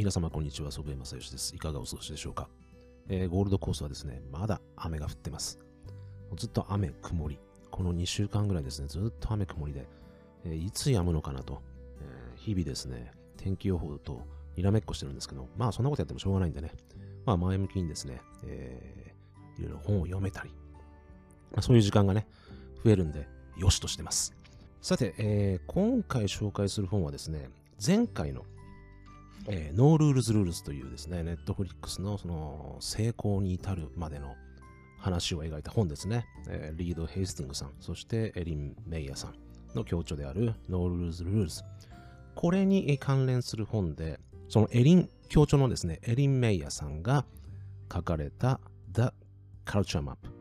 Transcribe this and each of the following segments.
皆様こんにちは、祖父江正義です。いかがお過ごしでしょうか。ゴールドコーストはですね、まだ雨が降ってます。ずっと雨、曇り。この2週間ぐらいですね、ずっと雨、曇りで、いつ止むのかなと、日々ですね、天気予報とにらめっこしてるんですけど、まあそんなことやってもしょうがないんでね、まあ前向きにですね、いろいろ本を読めたり、そういう時間がね、増えるんで、よしとしてます。さて、今回紹介する本はですね、前回のノールールズルールズというですね、ネットフリックスのその成功に至るまでの話を描いた本ですね。リード・ヘイスティングさん、そしてエリン・メイヤさんの共著であるノールールズルールズ。これに関連する本で、その共著のですね、エリン・メイヤさんが書かれた The Culture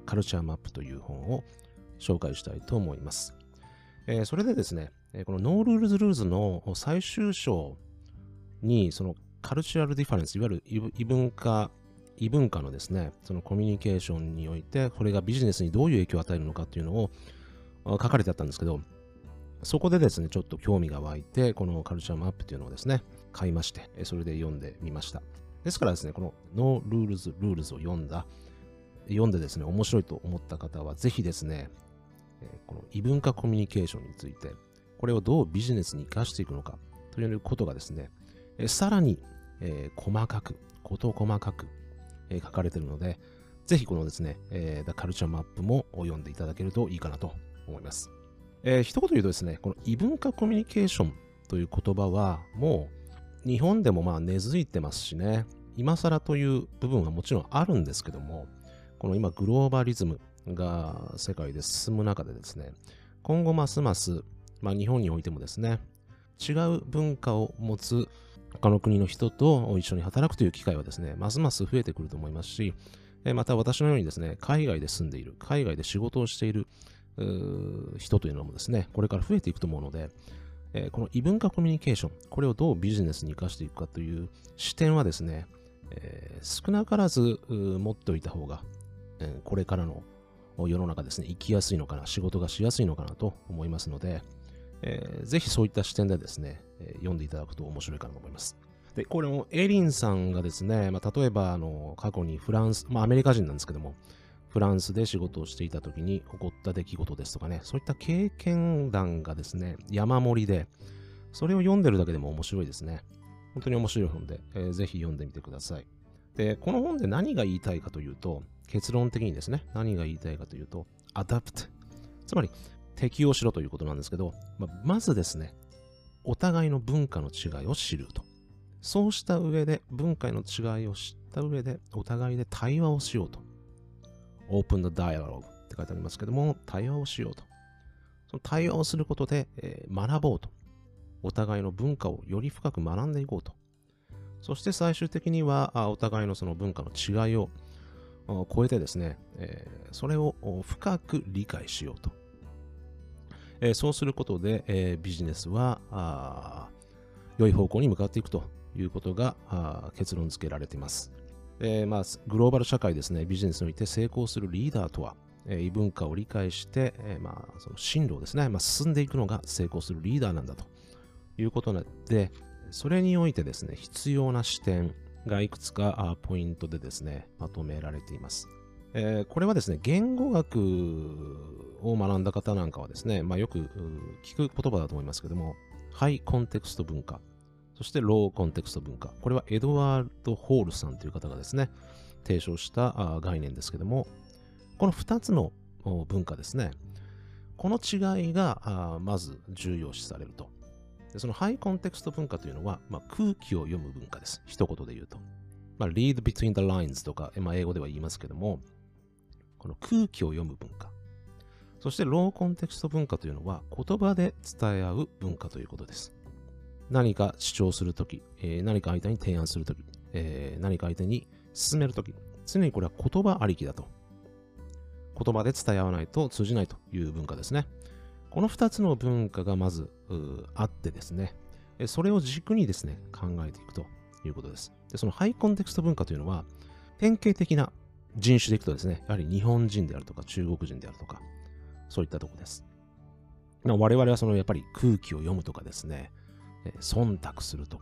Map という本を紹介したいと思います。それでですね、このノールールズルールズの最終章にそのカルチュラルディファレンス、いわゆる異文化のですね、そのコミュニケーションにおいて、これがビジネスにどういう影響を与えるのかっていうのを書かれてあったんですけど、そこでですね、ちょっと興味が湧いて、このカルチャーマップっていうのをですね、買いまして、それで読んでみました。ですからですね、このノールールズを読んでですね、面白いと思った方は、ぜひですね、この異文化コミュニケーションについて、これをどうビジネスに活かしていくのかということがですね、さらに、事細かく、書かれているので、ぜひこのですね、The Culture Map も読んでいただけるといいかなと思います。一言言うとですね、この異文化コミュニケーションという言葉は、もう日本でもまあ根付いてますしね、今更という部分はもちろんあるんですけども、この今グローバリズムが世界で進む中でですね、今後ますます、日本においてもですね、違う文化を持つ他の国の人と一緒に働くという機会はですね、ますます増えてくると思いますし、また私のようにですね、海外で住んでいる、海外で仕事をしている人というのもですね、これから増えていくと思うので、この異文化コミュニケーション、これをどうビジネスに活かしていくかという視点はですね、少なからず持っておいた方が、これからの世の中ですね、生きやすいのかな、仕事がしやすいのかなと思いますので、ぜひそういった視点でですね、読んでいただくと面白いかなと思います。で、これもエリンさんがですね、例えば過去にフランス、アメリカ人なんですけども、フランスで仕事をしていた時に起こった出来事ですとかね、そういった経験談がですね、山盛りで、それを読んでるだけでも面白いですね。本当に面白い本で、ぜひ読んでみてください。で、この本で何が言いたいかというと、結論的にですね、何が言いたいかというと、アダプト。つまり、適応しろということなんですけど、まずですね、お互いの文化の違いを知ると。そうした上で、文化の違いを知った上で、お互いで対話をしようと。Open the dialogue って書いてありますけども、対話をしようと。その対話をすることで、学ぼうと。お互いの文化をより深く学んでいこうと。そして最終的には、お互いのその文化の違いを超えてですね、それを深く理解しようと。そうすることで、ビジネスは良い方向に向かっていくということが結論付けられています。グローバル社会ですね、ビジネスにおいて成功するリーダーとは、異文化を理解して、その進路をですね、進んでいくのが成功するリーダーなんだということで、それにおいてですね、必要な視点がいくつかポイントでですね、まとめられています。これはですね、言語学を学んだ方なんかはですね、よく聞く言葉だと思いますけども、ハイコンテクスト文化、そしてローコンテクスト文化。これはエドワード・ホールさんという方がですね、提唱した概念ですけども、この2つの文化ですね、この違いがまず重要視されると。でそのハイコンテクスト文化というのは、空気を読む文化です。一言で言うと。read between the lines とか、英語では言いますけども、この空気を読む文化。そしてローコンテクスト文化というのは言葉で伝え合う文化ということです。何か主張するとき、何か相手に提案するとき、何か相手に進めるとき、常にこれは言葉ありきだと。言葉で伝え合わないと通じないという文化ですね。この2つの文化がまずあってですね、それを軸にですね、考えていくということです。で、そのハイコンテクスト文化というのは、典型的な人種でいくとですね、やはり日本人であるとか中国人であるとか、そういったところです。我々はそのやっぱり空気を読むとかですね、忖度するとか、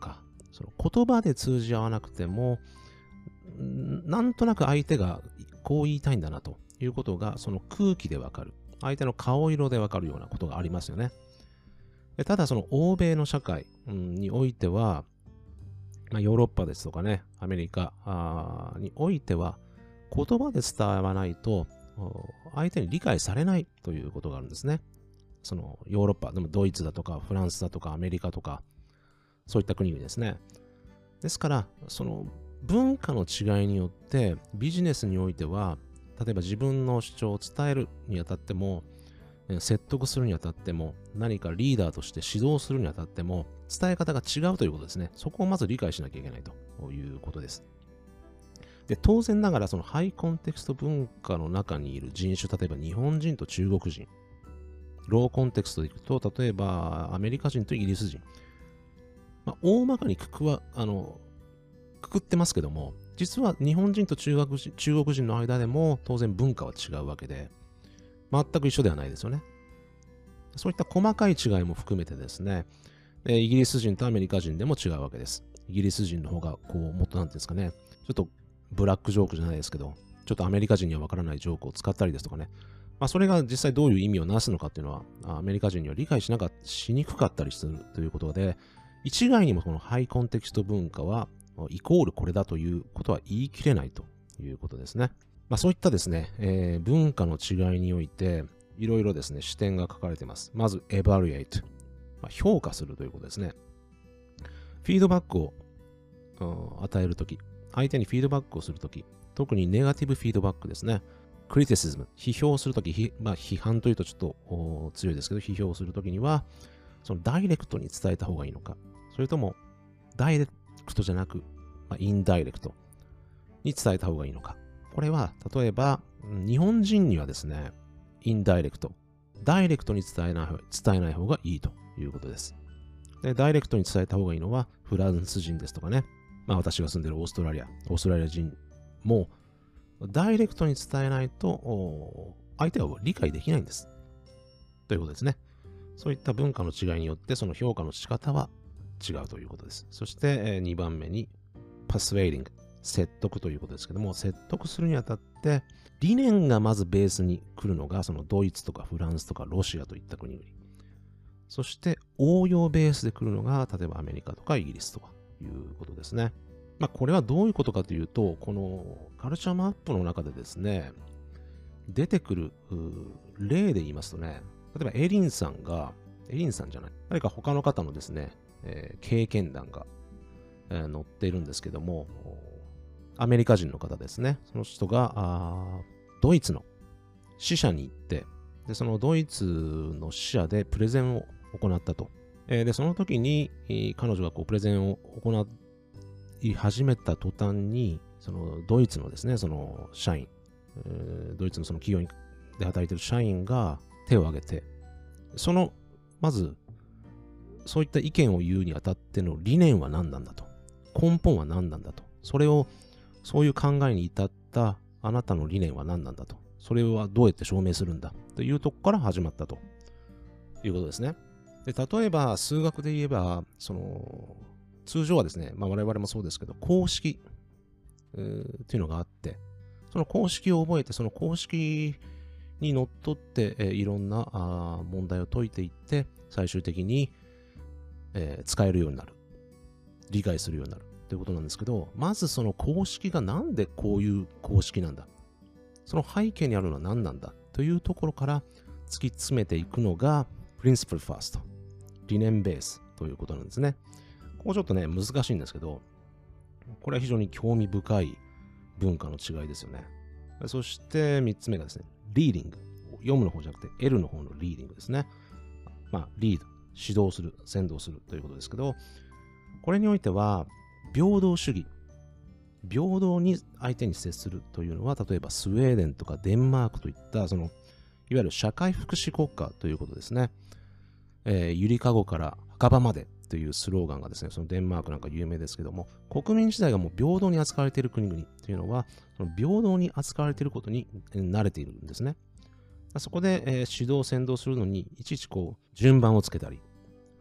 その言葉で通じ合わなくても、なんとなく相手がこう言いたいんだなということが、その空気でわかる。相手の顔色でわかるようなことがありますよね。ただ、その欧米の社会においては、ヨーロッパですとかね、アメリカにおいては、言葉で伝わらないと、相手に理解されないということがあるんですね。そのヨーロッパ、でもドイツだとかフランスだとかアメリカとか、そういった国々ですね。ですから、その文化の違いによってビジネスにおいては、例えば自分の主張を伝えるにあたっても、説得するにあたっても、何かリーダーとして指導するにあたっても、伝え方が違うということですね。そこをまず理解しなきゃいけないということです。で、当然ながらそのハイコンテクスト文化の中にいる人種、例えば日本人と中国人、ローコンテクストでいくと、例えばアメリカ人とイギリス人、大まかにくくってますけども、実は日本人と中国人の間でも当然文化は違うわけで、全く一緒ではないですよね。そういった細かい違いも含めてですね、イギリス人とアメリカ人でも違うわけです。イギリス人の方がもっとなんていうんですかね、ちょっとブラックジョークじゃないですけど、ちょっとアメリカ人にはわからないジョークを使ったりですとかね、それが実際どういう意味をなすのかっていうのは、アメリカ人には理解しにくかったりするということで、一概にもこのハイコンテキスト文化はイコールこれだということは言い切れないということですね。そういったですね、文化の違いにおいて、いろいろですね、視点が書かれています。まず、evaluate、評価するということですね。フィードバックを与えるとき、相手にフィードバックをするとき、特にネガティブフィードバックですね。クリティシズム、批評するとき、批判というとちょっと強いですけど、批評するときには、そのダイレクトに伝えた方がいいのか、それともダイレクトじゃなく、インダイレクトに伝えた方がいいのか。これは、例えば、日本人にはですね、インダイレクト、ダイレクトに伝えない方がいいということです。で、ダイレクトに伝えた方がいいのは、フランス人ですとかね、私が住んでるオーストラリア人も、ダイレクトに伝えないと、相手は理解できないんです。ということですね。そういった文化の違いによって、その評価の仕方は違うということです。そして、2番目に、persuading、説得ということですけども、説得するにあたって、理念がまずベースに来るのが、そのドイツとかフランスとかロシアといった国々。そして、応用ベースで来るのが、例えばアメリカとかイギリスとかいうことですね。これはどういうことかというと、このカルチャーマップの中でですね、出てくる例で言いますとね、例えばエリンさんじゃない、何か他の方のですね、経験談が、載っているんですけども、アメリカ人の方ですね、その人がドイツの支社に行って、でそのドイツの支社でプレゼンを行ったと。でその時に彼女がプレゼンを行い始めた途端に、そのドイツのですね、その社員、ドイツのその企業で働いている社員が手を挙げて、まず、そういった意見を言うにあたっての理念は何なんだと。根本は何なんだと。そういう考えに至ったあなたの理念は何なんだと。それはどうやって証明するんだというとこから始まったということですね。で、例えば数学で言えば、通常はですね、我々もそうですけど、公式っていうのがあって、その公式を覚えて、その公式にのっとって、いろんな問題を解いていって、最終的に、使えるようになる。理解するようになるということなんですけど、まずその公式がなんでこういう公式なんだ、その背景にあるのは何なんだというところから突き詰めていくのが Principle First、 理念ベースということなんですね。ここちょっとね難しいんですけど、これは非常に興味深い文化の違いですよね。そして3つ目がですね、Leading、 読むの方じゃなくて L の方の Leading ですね。リード、指導する、先導するということですけど、これにおいては平等主義、平等に相手に接するというのは、例えばスウェーデンとかデンマークといったいわゆる社会福祉国家ということですね。ゆりかごから墓場までというスローガンがですね、そのデンマークなんか有名ですけども、国民自体がもう平等に扱われている国々というのは、その平等に扱われていることに慣れているんですね。そこで、指導先導するのにいちいち順番をつけたり、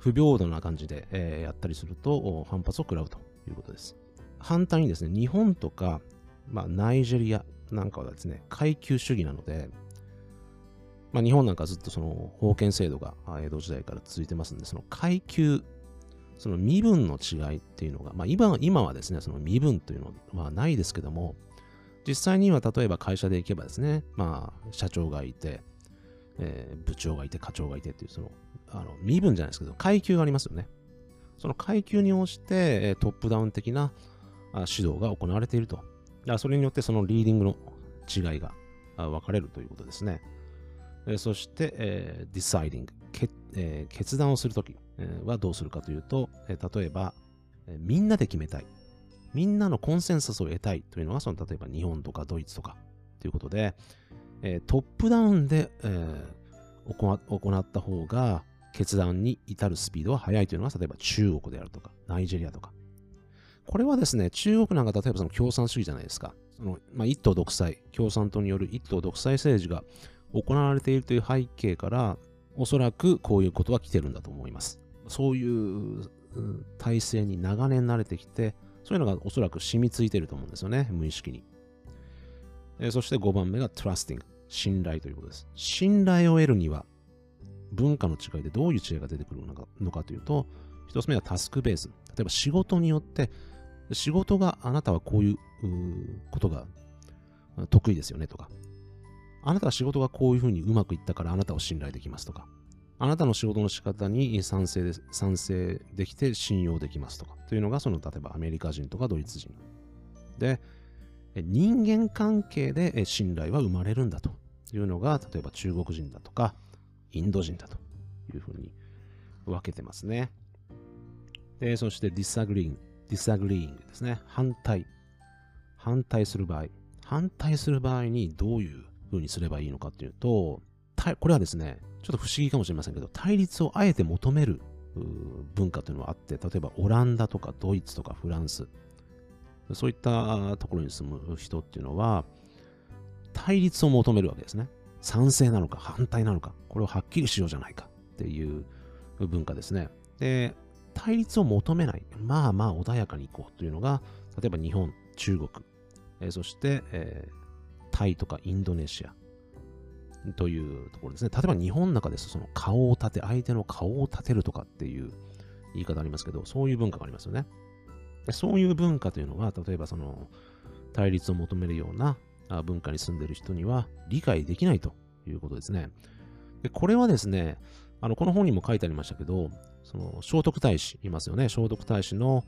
不平等な感じで、やったりすると反発を食らうということです。反対にですね、日本とか、ナイジェリアなんかはですね、階級主義なので、日本なんかずっとその封建制度が江戸時代から続いてますんで、その階級、その身分の違いっていうのが、今はですね、その身分というのはないですけども、実際には例えば会社で行けばですね、社長がいて、部長がいて、課長がいてっていう、その、身分じゃないですけど、階級がありますよね。その階級に応じて、トップダウン的な指導が行われていると。だからそれによってそのリーディングの違いが分かれるということですね。そして、deciding、決断をするときはどうするかというと、例えば、みんなで決めたい。みんなのコンセンサスを得たいというのが、その例えば日本とかドイツとかということで、トップダウンで、行った方が決断に至るスピードは速いというのが、例えば中国であるとか、ナイジェリアとか。これはですね、中国なんか例えばその共産主義じゃないですか。その一党独裁、共産党による一党独裁政治が行われているという背景から、おそらくこういうことは来てるんだと思います。そういう体制に長年慣れてきて、そういうのがおそらく染みついていると思うんですよね、無意識に。そして5番目が trusting、信頼ということです。信頼を得るには、文化の違いでどういう違いが出てくるのかというと、一つ目はタスクベース。例えば仕事によって、仕事があなたはこういうことが得意ですよねとか、あなたは仕事がこういうふうにうまくいったからあなたを信頼できますとか、あなたの仕事の仕方に賛成できて信用できますとか、というのがその例えばアメリカ人とかドイツ人。で、人間関係で信頼は生まれるんだというのが、例えば中国人だとか、インド人だというふうに分けてますね。で、そして disagreeing ですね。反対する場合。反対する場合にどういうふうにすればいいのかっていうと、これはですね、ちょっと不思議かもしれませんけど、対立をあえて求める文化というのはあって、例えばオランダとかドイツとかフランス、そういったところに住む人っていうのは、対立を求めるわけですね。賛成なのか反対なのか、これをはっきりしようじゃないかっていう文化ですね。で、対立を求めない、穏やかにいこうというのが、例えば日本、中国、そして、タイとかインドネシアというところですね。例えば日本の中ですと、その相手の顔を立てるとかっていう言い方ありますけど、そういう文化がありますよね。そういう文化というのは、例えばその対立を求めるような文化に住んでいる人には理解できないということですね。で、これはですね、この本にも書いてありましたけど、その聖徳太子いますよね。聖徳太子の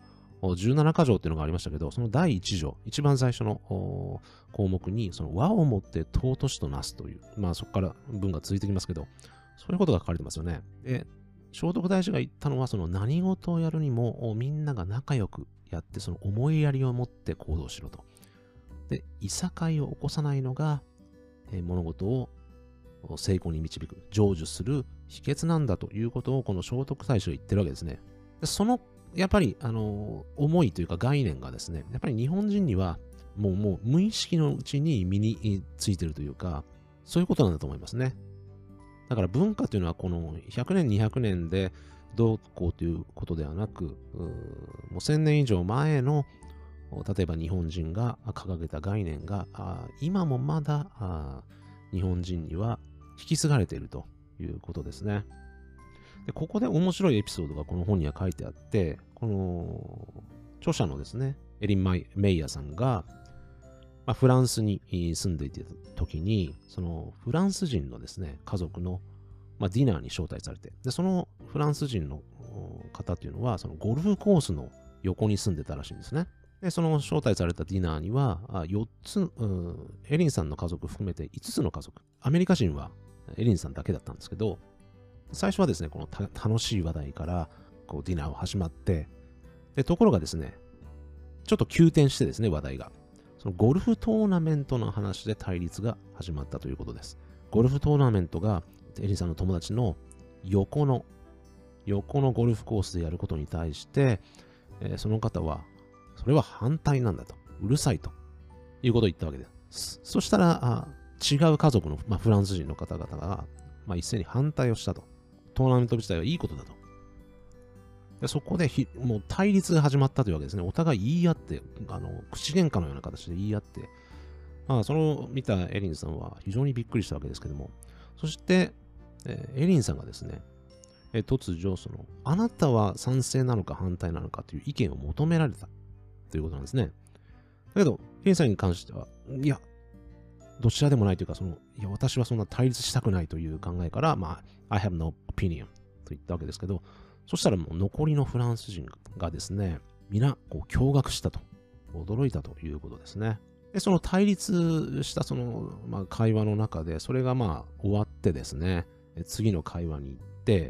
17箇条っていうのがありましたけど、その第1条、一番最初の項目に、その和をもって尊しとなすという、そこから文が続いてきますけど、そういうことが書かれてますよね。で、聖徳太子が言ったのは、その何事をやるにもみんなが仲良くやって、その思いやりを持って行動しろと。で、いさかいを起こさないのが、物事を成功に導く、成就する秘訣なんだということを、この聖徳太子が言ってるわけですね。で、その、やっぱり、思いというか概念がですね、やっぱり日本人には、もう無意識のうちに身についてるというか、そういうことなんだと思いますね。だから文化というのは、この100年、200年でどうこうということではなく、もう1000年以上前の、例えば日本人が掲げた概念が、今もまだ日本人には引き継がれているということですね。で、ここで面白いエピソードがこの本には書いてあって、この著者のですね、エリン・メイヤーさんが、フランスに住んでいた時に、そのフランス人のですね、家族の、ディナーに招待されて、で、そのフランス人の方っていうのは、そのゴルフコースの横に住んでたらしいんですね。で、その招待されたディナーには、4つ、エリンさんの家族含めて5つの家族。アメリカ人はエリンさんだけだったんですけど、最初はですね、この楽しい話題からこうディナーを始まって、で、ところがですね、ちょっと急転してですね、話題が。そのゴルフトーナメントの話で対立が始まったということです。ゴルフトーナメントがエリンさんの友達の横のゴルフコースでやることに対して、その方は、それは反対なんだと。うるさいということを言ったわけです。そしたら、違う家族の、フランス人の方々が、一斉に反対をしたと。トーナメント自体はいいことだと。 でそこでもう対立が始まったというわけですね。お互い言い合って、口喧嘩のような形で言い合って、それを見たエリンさんは非常にびっくりしたわけですけども、そして、エリンさんがですね、突如、あなたは賛成なのか反対なのかという意見を求められたということなんですね。だけど、エリンさんに関しては、いや、どちらでもないというか、いや、私はそんな対立したくないという考えから、I have no opinion と言ったわけですけど、そしたらもう残りのフランス人がですね、皆、驚愕したと、驚いたということですね。で、その対立した会話の中で、それが終わってですね、次の会話に行って、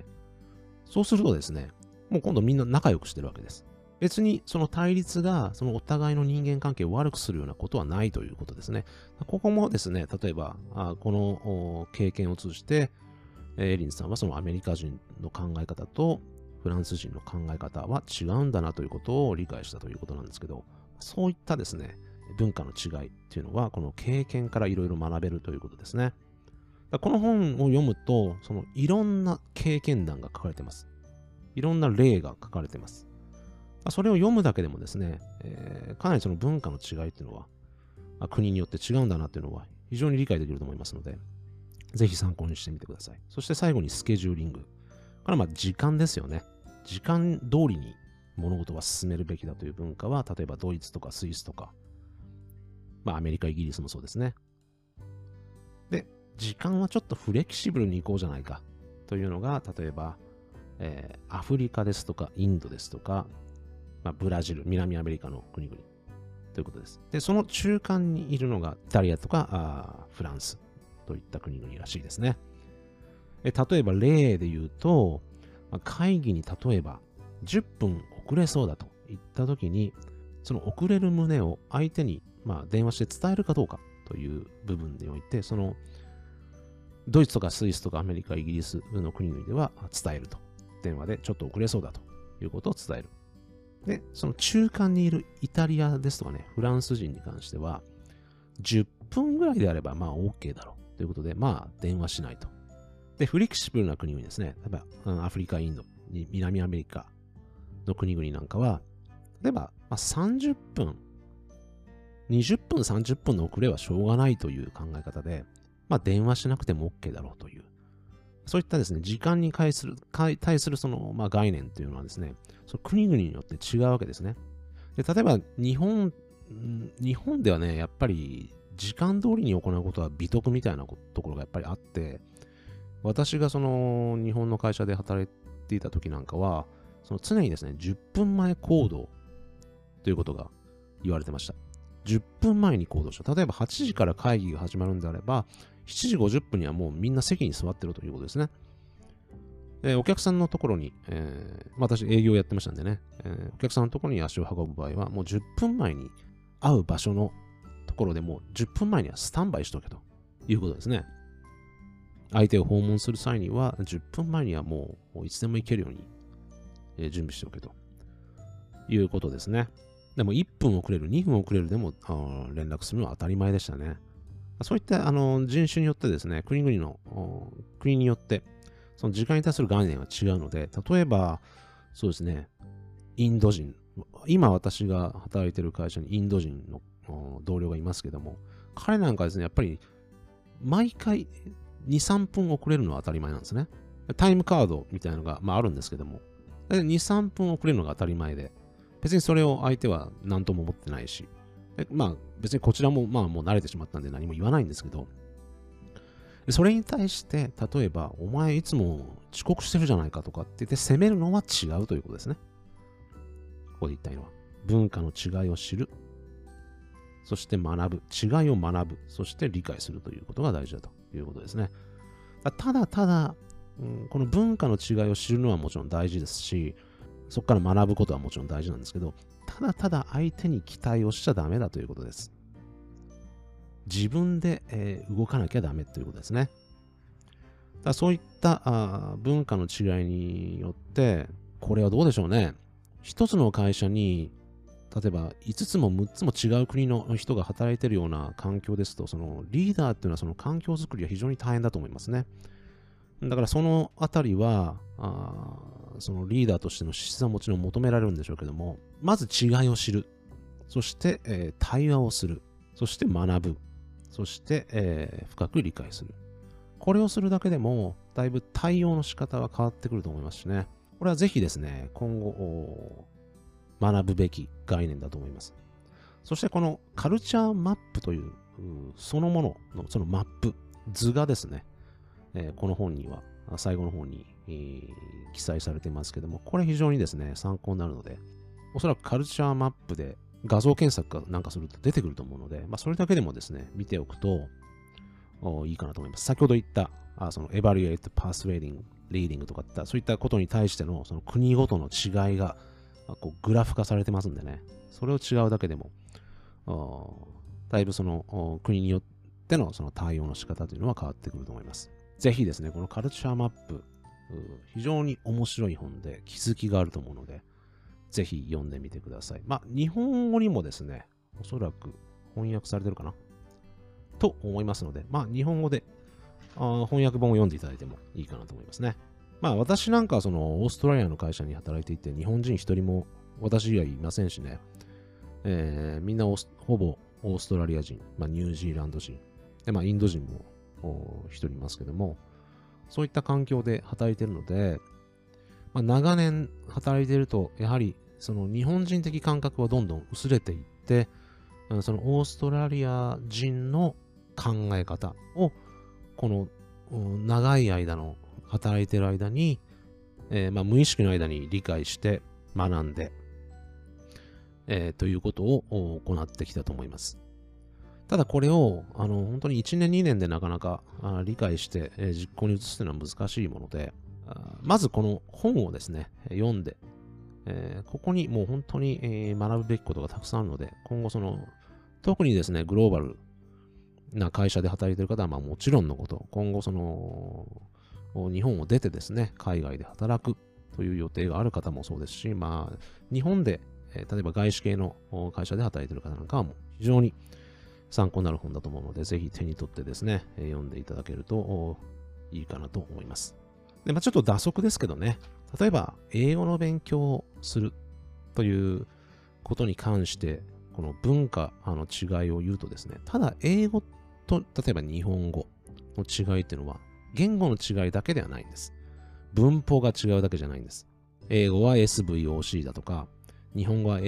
そうするとですね、もう今度みんな仲良くしてるわけです。別にその対立がそのお互いの人間関係を悪くするようなことはないということですね。ここもですね、例えば、この経験を通じて、エリンさんはそのアメリカ人の考え方とフランス人の考え方は違うんだなということを理解したということなんですけど、そういったですね、文化の違いっていうのは、この経験からいろいろ学べるということですね。この本を読むと、いろんな経験談が書かれています。いろんな例が書かれています。それを読むだけでもですね、かなりその文化の違いっていうのは、国によって違うんだなっていうのは非常に理解できると思いますので、ぜひ参考にしてみてください。そして最後にスケジューリング。これは時間ですよね。時間通りに物事は進めるべきだという文化は、例えばドイツとかスイスとか、アメリカ、イギリスもそうですね。で、時間はちょっとフレキシブルに行こうじゃないかというのが、例えば、アフリカですとか、インドですとか、ブラジル、南アメリカの国々ということです。で、その中間にいるのがイタリアとかフランスといった国々らしいですね。例えば例で言うと、会議に例えば10分遅れそうだと言ったときに、その遅れる旨を相手に電話して伝えるかどうかという部分において、ドイツとかスイスとかアメリカ、イギリスの国々では伝えると。電話でちょっと遅れそうだということを伝える。で、その中間にいるイタリアですとかね、フランス人に関しては、10分ぐらいであればOK だろうということで、電話しないと。で、フレキシブルな国々ですね、例えばアフリカ、インド、南アメリカの国々なんかは、例えば30分、20分、30分の遅れはしょうがないという考え方で、電話しなくても OK だろうという。そういったですね、時間に対する概念というのはですね、その国々によって違うわけですね。で、例えば日本ではね、やっぱり時間通りに行うことは美徳みたいなところがやっぱりあって、私が日本の会社で働いていた時なんかは、常にですね、10分前行動ということが言われてました。10分前に行動した。例えば8時から会議が始まるんであれば、7時50分にはもうみんな席に座ってるということですね。お客さんのところに、私営業やってましたんでね、お客さんのところに足を運ぶ場合は、もう10分前に会う場所のところでもう10分前にはスタンバイしとけということですね。相手を訪問する際には、10分前にはもういつでも行けるように、準備しておけということですね。でも1分遅れる、2分遅れるでも連絡するのは当たり前でしたね。そういった人種によってですね、国によって、その時間に対する概念が違うので、例えば、そうですね、インド人、今私が働いている会社にインド人の同僚がいますけども、彼なんかですね、やっぱり毎回2、3分遅れるのは当たり前なんですね。タイムカードみたいなのが、あるんですけども、2、3分遅れるのが当たり前で、別にそれを相手は何とも思ってないし、別にこちらももう慣れてしまったんで何も言わないんですけど、それに対して、例えば、お前いつも遅刻してるじゃないかとかって言って責めるのは違うということですね。ここで言いたいのは、文化の違いを知る。そして学ぶ。違いを学ぶ。そして理解するということが大事だということですね。ただ、この文化の違いを知るのはもちろん大事ですし、そこから学ぶことはもちろん大事なんですけど、ただ相手に期待をしちゃダメだということです。自分で、動かなきゃダメということですね。そういった文化の違いによって、これはどうでしょうね。一つの会社に、例えば5つも6つも違う国の人が働いているような環境ですと、そのリーダーっていうのはその環境づくりは非常に大変だと思いますね。 だからそのあたりは、そのリーダーとしての資質はもちろん求められるんでしょうけども、まず違いを知る。そして、対話をする。そして学ぶ。そして、深く理解する。これをするだけでも、だいぶ対応の仕方は変わってくると思いますしね。これはぜひですね、今後、学ぶべき概念だと思います。そしてこのカルチャーマップという、そのものの、そのマップ、図がですね、この本には、最後の方に、記載されていますけども、これ非常にですね、参考になるので、おそらくカルチャーマップで画像検索かなんかすると出てくると思うので、それだけでもですね、見ておくといいかなと思います。先ほど言った、その Evaluate Path Reading とかってそういったことに対してのその国ごとの違いがこうグラフ化されてますんでね、それを違うだけでも、だいぶその国によってのその対応の仕方というのは変わってくると思います。ぜひですね、このカルチャーマップ、非常に面白い本で気づきがあると思うので、ぜひ読んでみてください。日本語にもですね、おそらく翻訳されてるかなと思いますので、日本語で翻訳本を読んでいただいてもいいかなと思いますね。私なんかはそのオーストラリアの会社に働いていて、日本人一人も私以外いませんしね、みんなほぼオーストラリア人、ニュージーランド人、でインド人も一人いますけども、そういった環境で働いているので、長年働いていると、やはりその日本人的感覚はどんどん薄れていって、そのオーストラリア人の考え方を、この長い間の働いている間に、無意識の間に理解して学んで、ということを行ってきたと思います。ただこれを本当に1年2年でなかなか理解して、実行に移すというのは難しいもので、まずこの本をですね、読んで、ここにもう本当に、学ぶべきことがたくさんあるので、今後特にですね、グローバルな会社で働いている方はもちろんのこと、今後日本を出てですね、海外で働くという予定がある方もそうですし、日本で、例えば外資系の会社で働いている方なんかはもう非常に参考になる本だと思うので、ぜひ手に取ってですね、読んでいただけるといいかなと思います。で、ちょっと打足ですけどね、例えば英語の勉強をするということに関して、この文化の違いを言うとですね、ただ英語と例えば日本語の違いっていうのは、言語の違いだけではないんです。文法が違うだけじゃないんです。英語は SVOC だとか、日本語は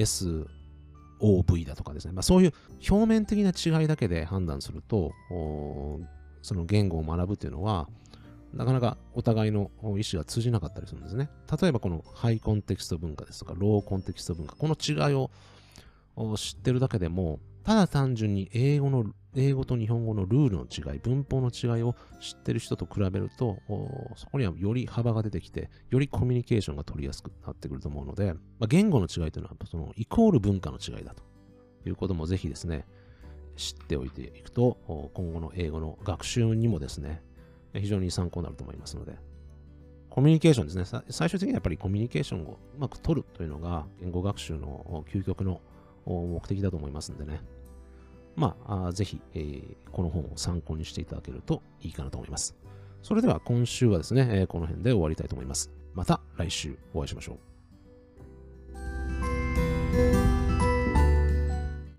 SOV だとかですね。そういう表面的な違いだけで判断すると、その言語を学ぶっていうのは、なかなかお互いの意思が通じなかったりするんですね。例えばこのハイコンテキスト文化ですとか、ローコンテキスト文化、この違いを知ってるだけでも、ただ単純に英語と日本語のルールの違い、文法の違いを知ってる人と比べると、そこにはより幅が出てきて、よりコミュニケーションが取りやすくなってくると思うので、言語の違いというのは、そのイコール文化の違いだということもぜひですね、知っておいていくと、今後の英語の学習にもですね、非常に参考になると思いますので、コミュニケーションですね。最終的にはやっぱりコミュニケーションをうまく取るというのが、言語学習の究極の目的だと思いますんでね。ぜひ、この本を参考にしていただけるといいかなと思います。それでは今週はですね、この辺で終わりたいと思います。また来週お会いしましょう。